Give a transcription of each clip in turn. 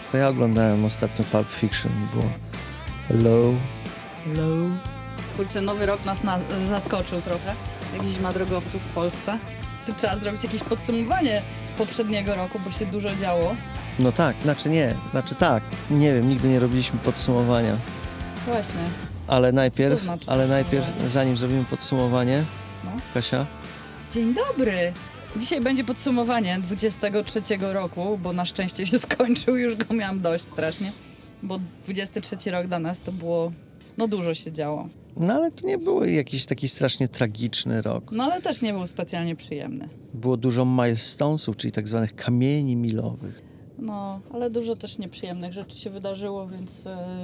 To ja oglądałem ostatnio Pulp Fiction i było hello. Kurczę, nowy rok nas zaskoczył trochę, jak zima drogowców w Polsce. Tu trzeba zrobić jakieś podsumowanie poprzedniego roku, bo się dużo działo. No tak, tak. Nie wiem, nigdy nie robiliśmy podsumowania. Właśnie. Ale najpierw, znaczy zanim zrobimy podsumowanie, No. Kasia? Dzień dobry! Dzisiaj będzie podsumowanie 23 roku, bo na szczęście się skończył, już go miałam dość strasznie. Bo 23 rok dla nas to było, no dużo się działo. No ale to nie był jakiś taki strasznie tragiczny rok. No ale też nie był specjalnie przyjemny. Było dużo milestonesów, czyli tak zwanych kamieni milowych. No, ale dużo też nieprzyjemnych rzeczy się wydarzyło, więc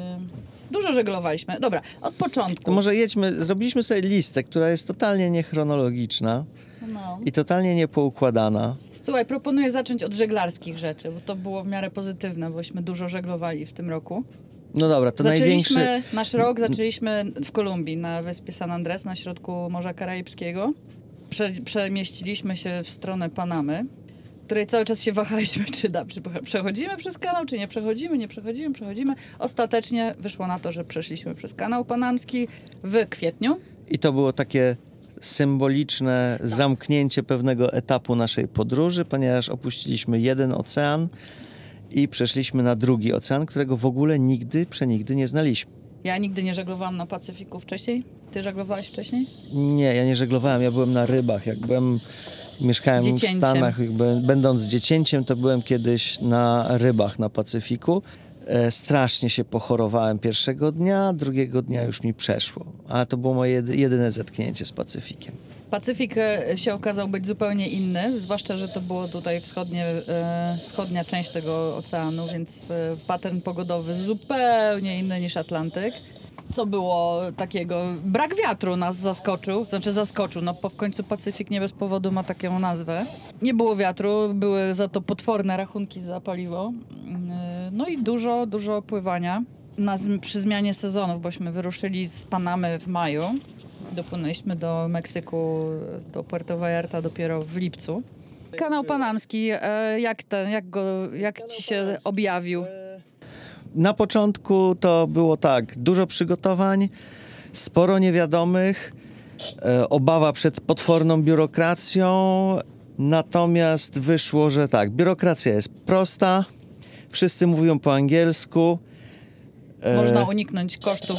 dużo żeglowaliśmy. Dobra, od początku. To może zrobiliśmy sobie listę, która jest totalnie niechronologiczna No. i totalnie niepoukładana. Słuchaj, proponuję zacząć od żeglarskich rzeczy, bo to było w miarę pozytywne, bośmy dużo żeglowali w tym roku. No dobra, to największy... Nasz rok zaczęliśmy w Kolumbii, na wyspie San Andres, na środku Morza Karaibskiego. Przemieściliśmy się w stronę Panamy, której cały czas się wahaliśmy, czy przechodzimy przez kanał, czy nie przechodzimy. Ostatecznie wyszło na to, że przeszliśmy przez kanał panamski w kwietniu. I to było takie symboliczne zamknięcie pewnego etapu naszej podróży, ponieważ opuściliśmy jeden ocean i przeszliśmy na drugi ocean, którego w ogóle przenigdy nie znaliśmy. Ja nigdy nie żeglowałam na Pacyfiku wcześniej. Ty żeglowałeś wcześniej? Nie, ja nie żeglowałem, ja byłem na rybach. Mieszkałem Dziecięciem. w Stanach, będąc dziecięciem, to byłem kiedyś na rybach na Pacyfiku. Strasznie się pochorowałem pierwszego dnia, drugiego dnia już mi przeszło. Ale to było moje jedyne zetknięcie z Pacyfikiem. Pacyfik się okazał być zupełnie inny, zwłaszcza, że to było tutaj wschodnia część tego oceanu, więc pattern pogodowy zupełnie inny niż Atlantyk. Co było takiego? Brak wiatru nas zaskoczył, no w końcu Pacyfik nie bez powodu ma taką nazwę. Nie było wiatru, były za to potworne rachunki za paliwo. No i dużo pływania. Przy zmianie sezonów, bośmy wyruszyli z Panamy w maju. Dopłynęliśmy do Meksyku, do Puerto Vallarta dopiero w lipcu. Kanał panamski, jak ci się objawił? Na początku to było tak, dużo przygotowań, sporo niewiadomych, obawa przed potworną biurokracją, natomiast wyszło, że tak, biurokracja jest prosta, wszyscy mówią po angielsku. Można uniknąć kosztów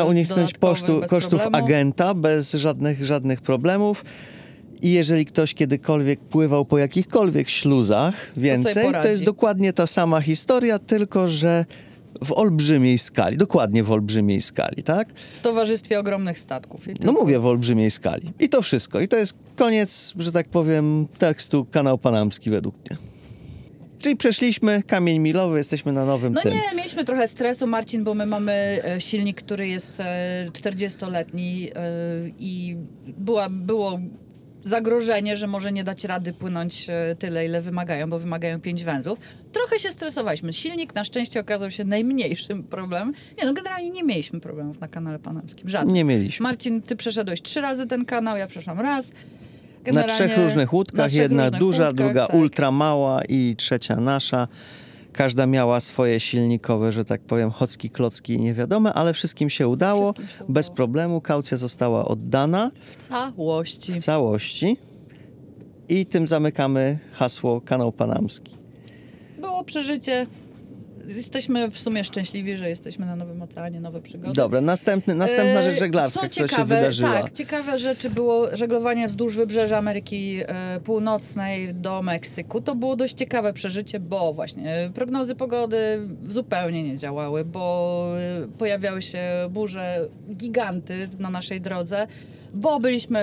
kosztów agenta bez żadnych problemów. I jeżeli ktoś kiedykolwiek pływał po jakichkolwiek śluzach więcej, to jest dokładnie ta sama historia, tylko że w olbrzymiej skali. Dokładnie w olbrzymiej skali, tak? W towarzystwie ogromnych statków. No mówię w olbrzymiej skali. I to wszystko. I to jest koniec, że tak powiem, tekstu Kanał Panamski według mnie. Czyli przeszliśmy kamień milowy, jesteśmy na nowym tym. No nie, mieliśmy trochę stresu, Marcin, bo my mamy silnik, który jest 40-letni i było zagrożenie, że może nie dać rady płynąć tyle, ile wymagają, bo wymagają 5 węzłów. Trochę się stresowaliśmy. Silnik na szczęście okazał się najmniejszym problemem. Generalnie nie mieliśmy problemów na kanale panamskim. Żadnych. Nie mieliśmy. Marcin, ty przeszedłeś 3 razy ten kanał, ja przeszłam raz. Na 3 różnych łódkach, jedna duża, druga tak. Ultra mała i trzecia nasza. Każda miała swoje silnikowe, że tak powiem, chocki, klocki niewiadome, ale wszystkim się udało. Bez problemu. Kaucja została oddana. W całości. I tym zamykamy hasło Kanał Panamski. Było przeżycie. Jesteśmy w sumie szczęśliwi, że jesteśmy na nowym oceanie, nowe przygody. Dobra, następna rzecz żeglarska, która się wydarzyła. Tak, ciekawe rzeczy było żeglowanie wzdłuż wybrzeża Ameryki Północnej do Meksyku. To było dość ciekawe przeżycie, bo właśnie prognozy pogody zupełnie nie działały, bo pojawiały się burze, giganty na naszej drodze, bo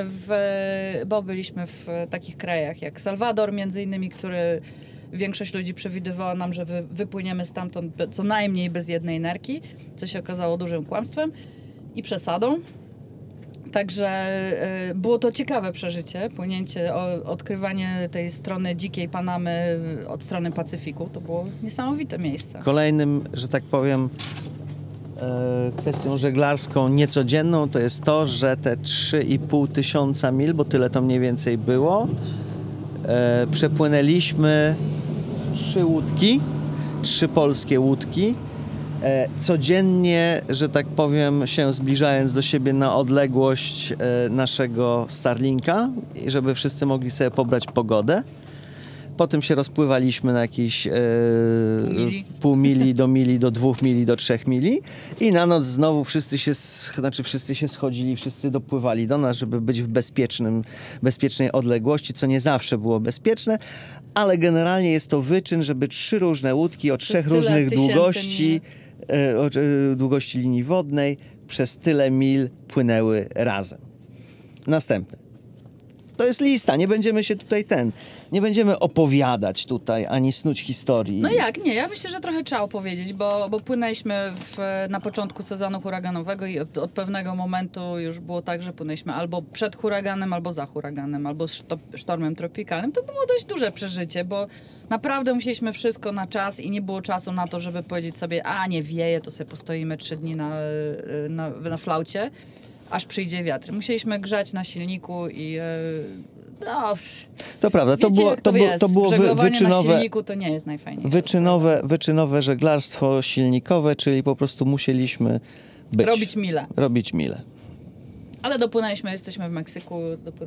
byliśmy w takich krajach jak Salwador między innymi, który większość ludzi przewidywała nam, że wypłyniemy stamtąd co najmniej bez jednej nerki, co się okazało dużym kłamstwem i przesadą. Także było to ciekawe przeżycie, płynięcie, odkrywanie tej strony dzikiej Panamy od strony Pacyfiku. To było niesamowite miejsce. Kolejnym, że tak powiem, kwestią żeglarską niecodzienną to jest to, że te 3,5 tysiąca mil, bo tyle to mniej więcej było, przepłynęliśmy 3 łódki 3 polskie łódki. Codziennie, że tak powiem, się zbliżając do siebie na odległość naszego Starlinka, żeby wszyscy mogli sobie pobrać pogodę. Potem się rozpływaliśmy na jakieś pół mili do mili, do 2 mili, do 3 mili i na noc znowu wszyscy się schodzili, wszyscy dopływali do nas, żeby być w bezpiecznej odległości, co nie zawsze było bezpieczne, ale generalnie jest to wyczyn, żeby 3 różne łódki o 3 różnych długości linii wodnej przez tyle mil płynęły razem. Następny. To jest lista, nie będziemy się tutaj nie będziemy opowiadać tutaj, ani snuć historii. No jak, nie, ja myślę, że trochę trzeba opowiedzieć, bo płynęliśmy na początku sezonu huraganowego i od pewnego momentu już było tak, że płynęliśmy albo przed huraganem, albo za huraganem, albo sztormem tropikalnym. To było dość duże przeżycie, bo naprawdę musieliśmy wszystko na czas i nie było czasu na to, żeby powiedzieć sobie, a nie wieje, to sobie postoimy 3 dni na flaucie, aż przyjdzie wiatr. Musieliśmy grzać na silniku i no, to prawda, wiecie, to było wyczynowe, na silniku to nie jest najfajniejsze. Wyczynowe żeglarstwo silnikowe, czyli po prostu musieliśmy robić mile. Ale dopłynęliśmy, jesteśmy w Meksyku,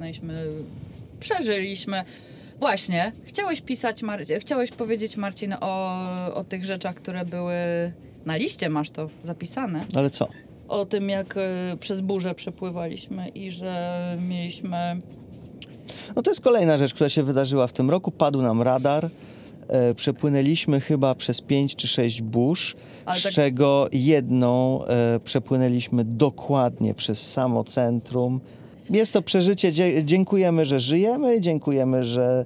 przeżyliśmy. Właśnie, chciałeś powiedzieć, Marcin, o tych rzeczach, które były na liście, masz to zapisane. Ale co? O tym, jak przez burzę przepływaliśmy i że mieliśmy... No to jest kolejna rzecz, która się wydarzyła w tym roku. Padł nam radar. Przepłynęliśmy chyba przez 5 czy 6 burz, z czego jedną przepłynęliśmy dokładnie przez samo centrum. Jest to przeżycie. Dziękujemy, że żyjemy. Dziękujemy, że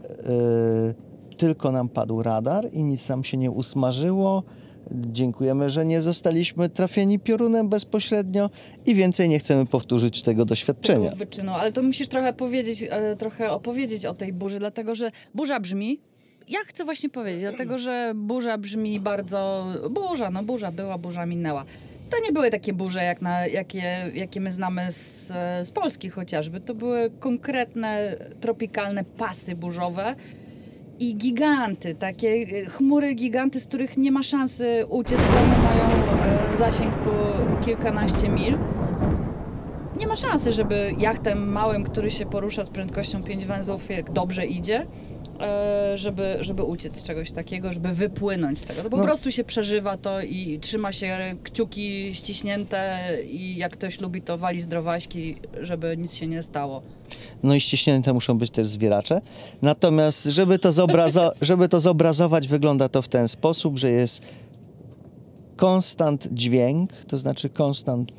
tylko nam padł radar i nic nam się nie usmażyło. Dziękujemy, że nie zostaliśmy trafieni piorunem bezpośrednio i więcej nie chcemy powtórzyć tego doświadczenia. Ale to musisz trochę opowiedzieć o tej burzy, dlatego że burza brzmi... Ja chcę właśnie powiedzieć, dlatego że burza brzmi bardzo... Burza była, burza minęła. To nie były takie burze, jakie my znamy z Polski chociażby. To były konkretne, tropikalne pasy burzowe. I giganty, takie chmury giganty, z których nie ma szansy uciec, bo one mają zasięg po kilkanaście mil. Nie ma szansy, żeby jachtem małym, który się porusza z prędkością 5 węzłów, jak dobrze idzie, żeby uciec z czegoś takiego, żeby wypłynąć z tego. To po prostu się przeżywa to i trzyma się kciuki ściśnięte i jak ktoś lubi, to wali zdrowaśki, żeby nic się nie stało. No i ściśnięte muszą być też zwieracze. Natomiast, żeby to zobrazować, wygląda to w ten sposób, że jest konstant dźwięk, to znaczy konstant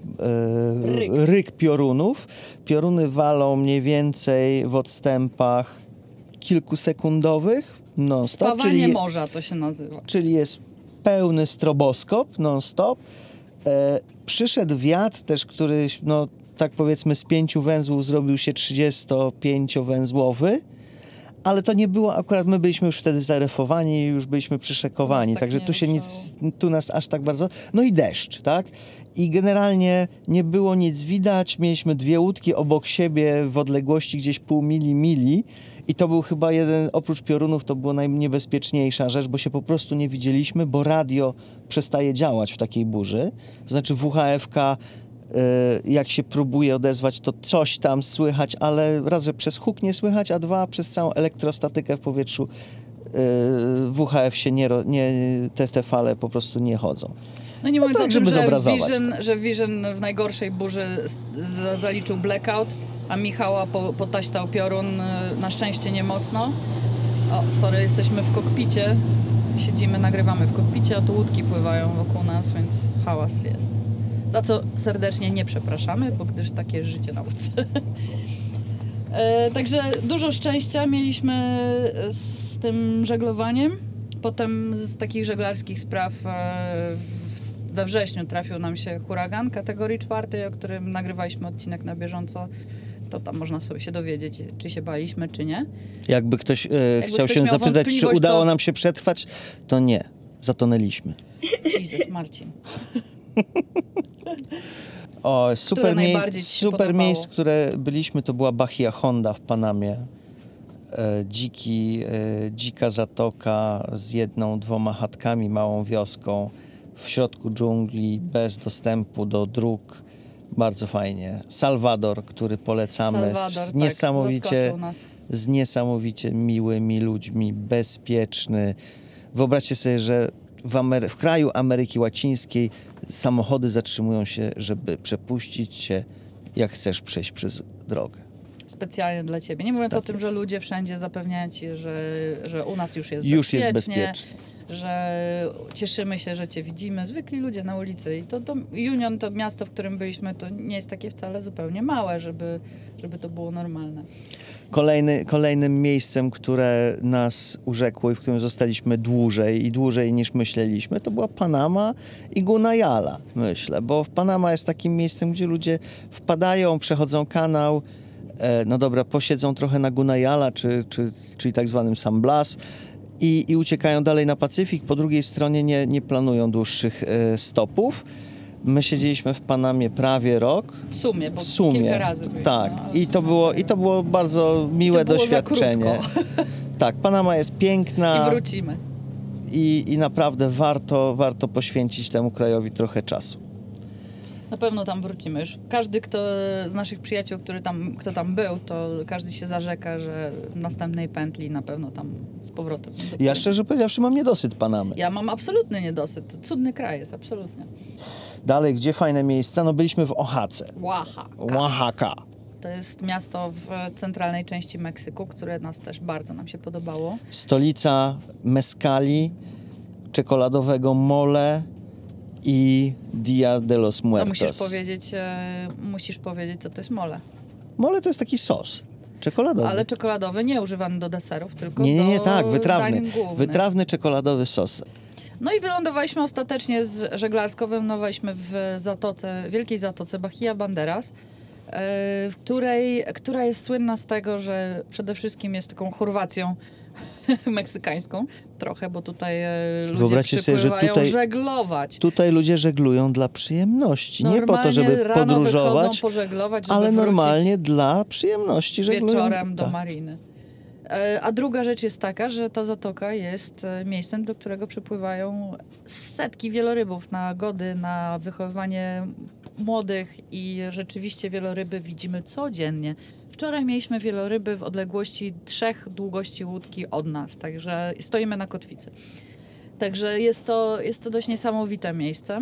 ryk piorunów. Pioruny walą mniej więcej w odstępach kilkusekundowych non-stop. Spawanie morza to się nazywa. Czyli jest pełny stroboskop non-stop. Przyszedł wiatr też, który, no tak powiedzmy, z 5 węzłów zrobił się 35-węzłowy, ale to nie było akurat, my byliśmy już wtedy zarefowani, już byliśmy przyszekowani, także tu nas aż tak bardzo... No i deszcz, tak? I generalnie nie było nic widać, mieliśmy 2 łódki obok siebie w odległości gdzieś pół mili i to był chyba oprócz piorunów, to była najniebezpieczniejsza rzecz, bo się po prostu nie widzieliśmy, bo radio przestaje działać w takiej burzy, to znaczy WHF-ka jak się próbuje odezwać, to coś tam słychać, ale raz, że przez huk nie słychać, a 2, przez całą elektrostatykę w powietrzu WHF się te fale po prostu nie chodzą. No nie mówiąc o tym, żeby że Vision w najgorszej burzy zaliczył blackout, a Michała potaśtał piorun, na szczęście nie mocno. Jesteśmy w kokpicie, nagrywamy w kokpicie, a tu łódki pływają wokół nas, więc hałas jest. Za co serdecznie nie przepraszamy, bo gdyż takie jest życie na łódce. Także dużo szczęścia mieliśmy z tym żeglowaniem. Potem z takich żeglarskich spraw we wrześniu trafił nam się huragan kategorii 4, o którym nagrywaliśmy odcinek na bieżąco. To tam można sobie się dowiedzieć, czy się baliśmy, czy nie. Jakby ktoś chciał się zapytać, czy udało nam się przetrwać, to nie. Zatonęliśmy. Jezus, Marcin. Super miejsce, które byliśmy, to była Bahia Honda w Panamie. dzika zatoka z 1-2 chatkami, małą wioską w środku dżungli, bez dostępu do dróg. Bardzo fajnie. Salwador, który polecamy, z niesamowicie miłymi ludźmi, bezpieczny. Wyobraźcie sobie, że w kraju Ameryki Łacińskiej samochody zatrzymują się, żeby przepuścić cię, jak chcesz przejść przez drogę. Specjalnie dla ciebie. Nie mówiąc tak o tym, jest. że ludzie wszędzie zapewniają ci, że u nas już jest bezpiecznie. Że cieszymy się, że cię widzimy. Zwykli ludzie na ulicy. I to Union, to miasto, w którym byliśmy, to nie jest takie wcale zupełnie małe, żeby to było normalne. Kolejnym miejscem, które nas urzekło i w którym zostaliśmy dłużej niż myśleliśmy, to była Panama i Gunayala, myślę. Bo Panama jest takim miejscem, gdzie ludzie wpadają, przechodzą kanał, no dobra, posiedzą trochę na Gunayala, czyli tak zwanym San Blas, i uciekają dalej na Pacyfik. Po drugiej stronie nie planują dłuższych stopów. My siedzieliśmy w Panamie prawie rok. W sumie, kilka razy byliśmy. Tak, i to było bardzo miłe doświadczenie. Tak, Panama jest piękna. I wrócimy. I naprawdę warto poświęcić temu krajowi trochę czasu. Na pewno tam wrócimy. Już każdy z naszych przyjaciół, kto tam był, to każdy się zarzeka, że w następnej pętli na pewno tam z powrotem. Ja szczerze powiedziawszy mam niedosyt Panamy. Ja mam absolutny niedosyt. To cudny kraj jest, absolutnie. Dalej, gdzie fajne miejsca? No byliśmy w Oaxace. Oaxaca. To jest miasto w centralnej części Meksyku, które też bardzo nam się podobało. Stolica mezcali, czekoladowego mole i Dia de los Muertos. To musisz powiedzieć, co to jest mole. Mole to jest taki sos czekoladowy. Ale czekoladowy, nie używany do deserów, tylko wytrawny czekoladowy sos. No i wylądowaliśmy ostatecznie z żeglarsko, wylądowaliśmy w wielkiej zatoce Bahia Banderas, która jest słynna z tego, że przede wszystkim jest taką Chorwacją meksykańską trochę, bo tutaj ludzie przypływają żeglować. Tutaj ludzie żeglują dla przyjemności, nie po to, żeby podróżować, pożeglować, żeby ale normalnie dla przyjemności żeglują. Wieczorem do mariny. A druga rzecz jest taka, że ta zatoka jest miejscem, do którego przypływają setki wielorybów na gody, na wychowywanie młodych i rzeczywiście wieloryby widzimy codziennie. Wczoraj mieliśmy wieloryby w odległości 3 długości łódki od nas, także stoimy na kotwicy. Także jest to dość niesamowite miejsce.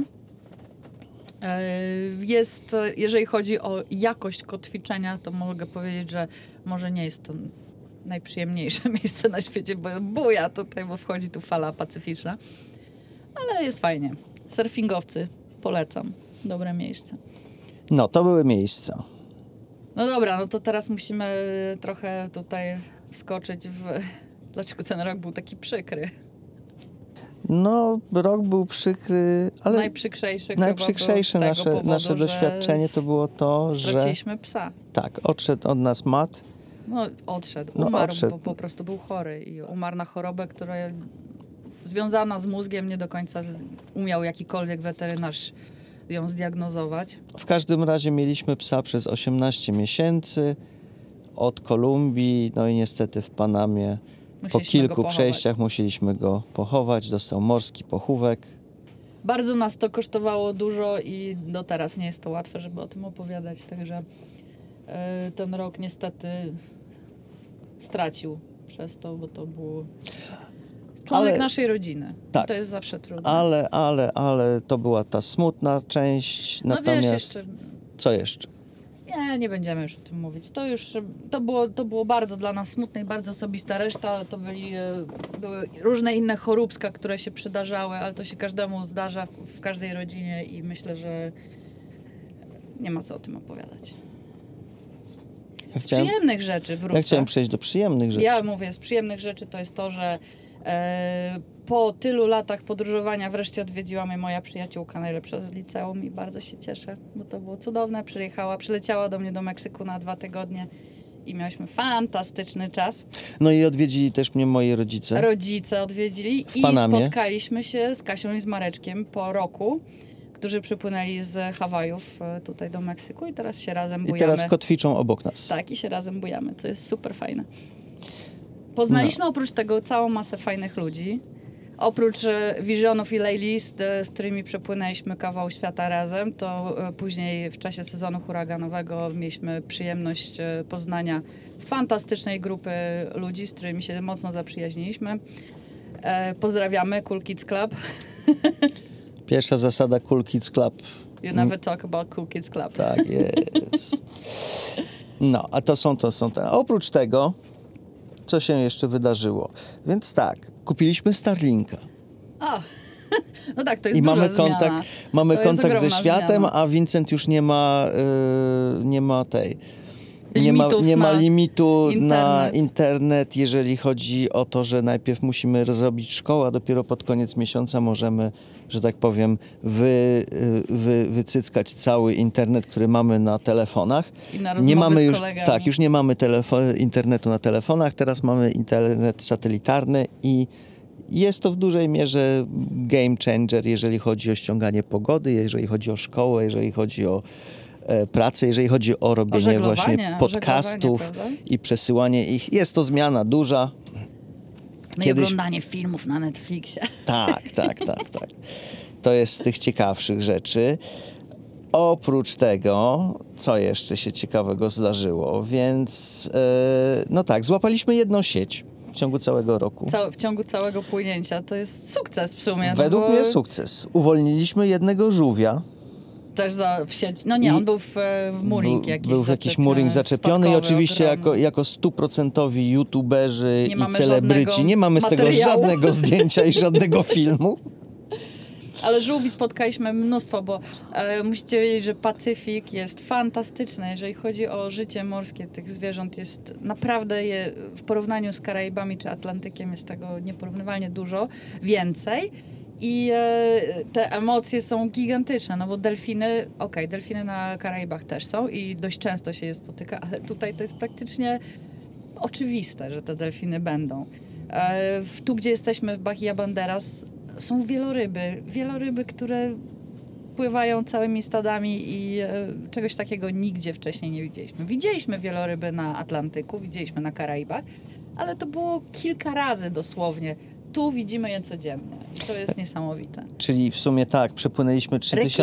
Jeżeli chodzi o jakość kotwiczenia, to mogę powiedzieć, że może nie jest to najprzyjemniejsze miejsce na świecie, bo buja tutaj, bo wchodzi tu fala pacyficzna. Ale jest fajnie. Surfingowcy, polecam. Dobre miejsce. No, to były miejsca. No dobra, no to teraz musimy trochę tutaj wskoczyć Dlaczego ten rok był taki przykry? No, rok był przykry, ale najprzykrzyjsze nasze doświadczenie to było to, że straciliśmy psa. Tak, odszedł od nas Matt. No, umarł, bo po prostu był chory i umarł na chorobę, która związana z mózgiem, nie do końca umiał jakikolwiek weterynarz ją zdiagnozować. W każdym razie mieliśmy psa przez 18 miesięcy od Kolumbii, no i niestety w Panamie po kilku przejściach musieliśmy go pochować. Dostał morski pochówek. Bardzo nas to kosztowało dużo i do teraz nie jest to łatwe, żeby o tym opowiadać, także ten rok niestety stracił przez to, bo członek naszej rodziny. Tak, to jest zawsze trudne. Ale to była ta smutna część. No natomiast wiesz, co jeszcze? Nie będziemy już o tym mówić. To było bardzo dla nas smutne i bardzo osobiste. Reszta to były różne inne choróbska, które się przydarzały, ale to się każdemu zdarza w każdej rodzinie i myślę, że nie ma co o tym opowiadać. Z przyjemnych rzeczy wrócę. Ja chciałem przejść do przyjemnych rzeczy. Ja mówię, z przyjemnych rzeczy to jest to, że po tylu latach podróżowania wreszcie odwiedziła mnie moja przyjaciółka najlepsza z liceum i bardzo się cieszę, bo to było cudowne. Przyleciała do mnie do Meksyku na 2 tygodnie i mieliśmy fantastyczny czas. No i odwiedzili też mnie moi rodzice. Rodzice odwiedzili i spotkaliśmy się z Kasią i z Mareczkiem po roku, którzy przypłynęli z Hawajów tutaj do Meksyku i teraz się razem bujamy. I teraz kotwiczą obok nas. Tak, i się razem bujamy, co jest super fajne. Poznaliśmy oprócz tego całą masę fajnych ludzi. Oprócz Visionów i Leili, z którymi przepłynęliśmy kawał świata razem, to później w czasie sezonu huraganowego mieliśmy przyjemność poznania fantastycznej grupy ludzi, z którymi się mocno zaprzyjaźniliśmy. Pozdrawiamy Cool Kids Club. Pierwsza zasada Cool Kids Club. You never talk about Cool Kids Club. Tak jest. No, a to są te. Oprócz tego, co się jeszcze wydarzyło? Więc tak, kupiliśmy Starlinka. O, no tak, to jest I duża mamy kontakt ze światem, zmiana. a Vincent już nie ma tej... Limitów nie ma limitu na internet. internet, jeżeli chodzi o to, że najpierw musimy zrobić szkołę, a dopiero pod koniec miesiąca możemy, że tak powiem, wycyckać cały internet, który mamy na telefonach. I na rozmowy z kolegami. Tak, już nie mamy internetu na telefonach, teraz mamy internet satelitarny i jest to w dużej mierze game changer, jeżeli chodzi o ściąganie pogody, jeżeli chodzi o szkołę, jeżeli chodzi o pracę, jeżeli chodzi o robienie właśnie podcastów i przesyłanie ich. Jest to zmiana duża. No i oglądanie filmów na Netflixie. Tak. To jest z tych ciekawszych rzeczy. Oprócz tego, co jeszcze się ciekawego zdarzyło, więc no tak, złapaliśmy jedną sieć w ciągu całego roku. W ciągu całego płynięcia. To jest sukces w sumie. Według mnie sukces. Uwolniliśmy jednego żółwia. Też w sieć. No nie, on był w mooring jakiś. Był w jakiś mooring zaczepiony i oczywiście jako 100% youtuberzy i celebryci nie mamy z tego żadnego zdjęcia i żadnego filmu. Ale żółwi spotkaliśmy mnóstwo, bo musicie wiedzieć, że Pacyfik jest fantastyczny, jeżeli chodzi o życie morskie tych zwierząt. Jest naprawdę w porównaniu z Karaibami czy Atlantykiem jest tego nieporównywalnie dużo więcej. I te emocje są gigantyczne, no bo delfiny na Karaibach też są i dość często się je spotyka, ale tutaj to jest praktycznie oczywiste, że te delfiny będą. Tu, gdzie jesteśmy w Bahia Banderas, są wieloryby, które pływają całymi stadami i czegoś takiego nigdzie wcześniej nie widzieliśmy. Widzieliśmy wieloryby na Atlantyku, widzieliśmy na Karaibach, ale to było kilka razy dosłownie. Tu widzimy je codziennie. To jest niesamowite. Czyli w sumie tak, przepłynęliśmy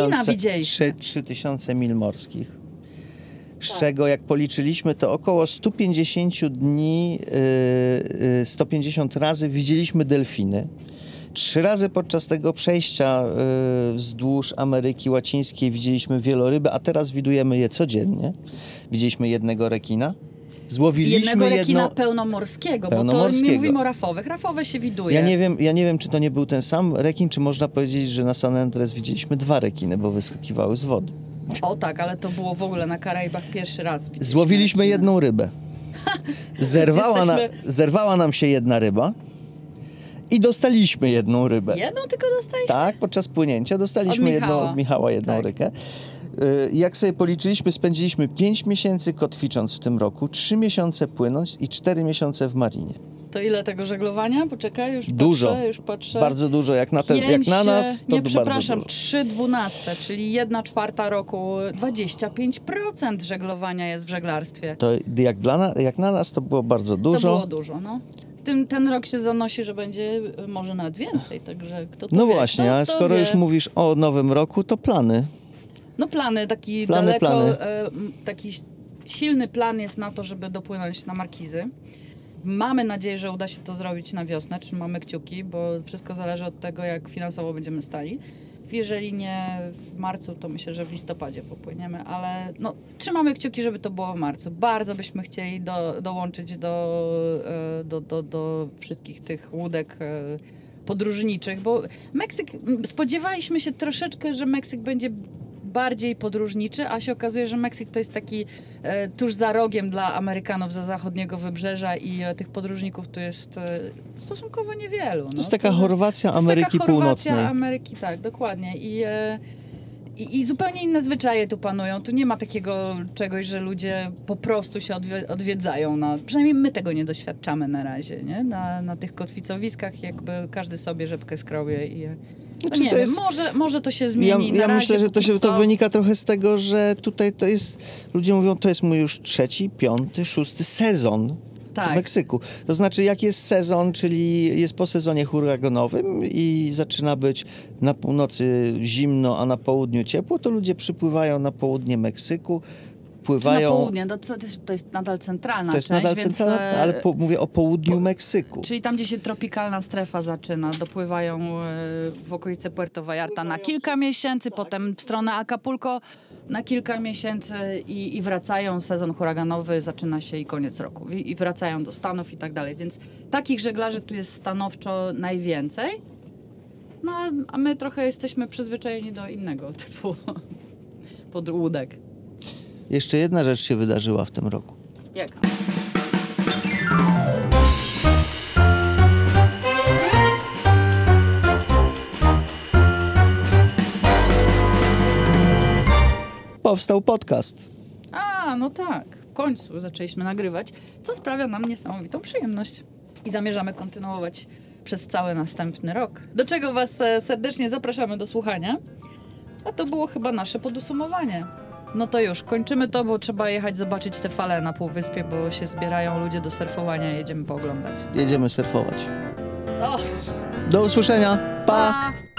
3000 mil morskich. Z czego jak policzyliśmy, to około 150 dni, 150 razy widzieliśmy delfiny. 3 razy podczas tego przejścia wzdłuż Ameryki Łacińskiej widzieliśmy wieloryby, a teraz widujemy je codziennie. Widzieliśmy jednego rekina. Jednego rekina pełnomorskiego, bo to my mówimy o rafowych. Rafowe się widuje. Ja nie wiem, czy to nie był ten sam rekin, czy można powiedzieć, że na San Andres widzieliśmy 2 rekiny, bo wyskakiwały z wody. O tak, ale to było w ogóle na Karaibach pierwszy raz. Złowiliśmy jedną rybę. Zerwała nam się jedna ryba i dostaliśmy jedną rybę. Jedną tylko dostaliśmy? Tak, podczas płynięcia dostaliśmy od Michała jedną rykę. Jak sobie policzyliśmy, spędziliśmy 5 miesięcy kotwicząc w tym roku, 3 miesiące płynąc i 4 miesiące w marinie. To ile tego żeglowania? Poczekaj, już patrzę. Bardzo dużo. Jak na nas, to bardzo dużo. 3/12, czyli 1/4 roku, 25% żeglowania jest w żeglarstwie. To jak na nas to było bardzo dużo. To było dużo, no. Ten rok się zanosi, że będzie może nawet więcej, także kto to No wie, właśnie, a skoro już mówisz o nowym roku, to plany. No plany, taki taki silny plan jest na to, żeby dopłynąć na Markizy. Mamy nadzieję, że uda się to zrobić na wiosnę, trzymamy kciuki, bo wszystko zależy od tego, jak finansowo będziemy stali. Jeżeli nie w marcu, to myślę, że w listopadzie popłyniemy, ale no, trzymamy kciuki, żeby to było w marcu. Bardzo byśmy chcieli dołączyć do wszystkich tych łódek podróżniczych, bo spodziewaliśmy się troszeczkę, że Meksyk będzie bardziej podróżniczy, a się okazuje, że Meksyk to jest taki tuż za rogiem dla Amerykanów za zachodniego wybrzeża i tych podróżników tu jest stosunkowo niewielu. To jest taka Chorwacja Ameryki Północnej. Ameryki, tak, dokładnie. I zupełnie inne zwyczaje tu panują. Tu nie ma takiego czegoś, że ludzie po prostu się odwiedzają. Przynajmniej my tego nie doświadczamy na razie, nie? Na tych kotwicowiskach jakby każdy sobie rzepkę skrobie i... No nie wiem, może to się zmieni. Ja myślę, że to wynika trochę z tego, że tutaj to jest, ludzie mówią, to jest mój już 3., 5., 6. sezon Tak. Meksyku. To znaczy, jak jest sezon, czyli jest po sezonie huraganowym i zaczyna być na północy zimno, a na południu ciepło, to ludzie przypływają na południe Meksyku, pływają... Na południe, to jest nadal centralna To jest część, nadal więc, centralna, ale mówię o południu Meksyku. Czyli tam, gdzie się tropikalna strefa zaczyna, dopływają w okolice Puerto Vallarta na kilka miesięcy, potem w stronę Acapulco na kilka miesięcy i wracają. Sezon huraganowy zaczyna się i koniec roku. I wracają do Stanów i tak dalej. Więc takich żeglarzy tu jest stanowczo najwięcej. No, a my trochę jesteśmy przyzwyczajeni do innego typu podłódek. Jeszcze jedna rzecz się wydarzyła w tym roku. Jaka? Powstał podcast. A, no tak. W końcu zaczęliśmy nagrywać, co sprawia nam niesamowitą przyjemność. I zamierzamy kontynuować przez cały następny rok. Do czego was serdecznie zapraszamy do słuchania. A to było chyba nasze podsumowanie. No to już, kończymy to, bo trzeba jechać zobaczyć te fale na Półwyspie, bo się zbierają ludzie do surfowania, jedziemy pooglądać. Jedziemy surfować. O! Do usłyszenia. Pa! Pa!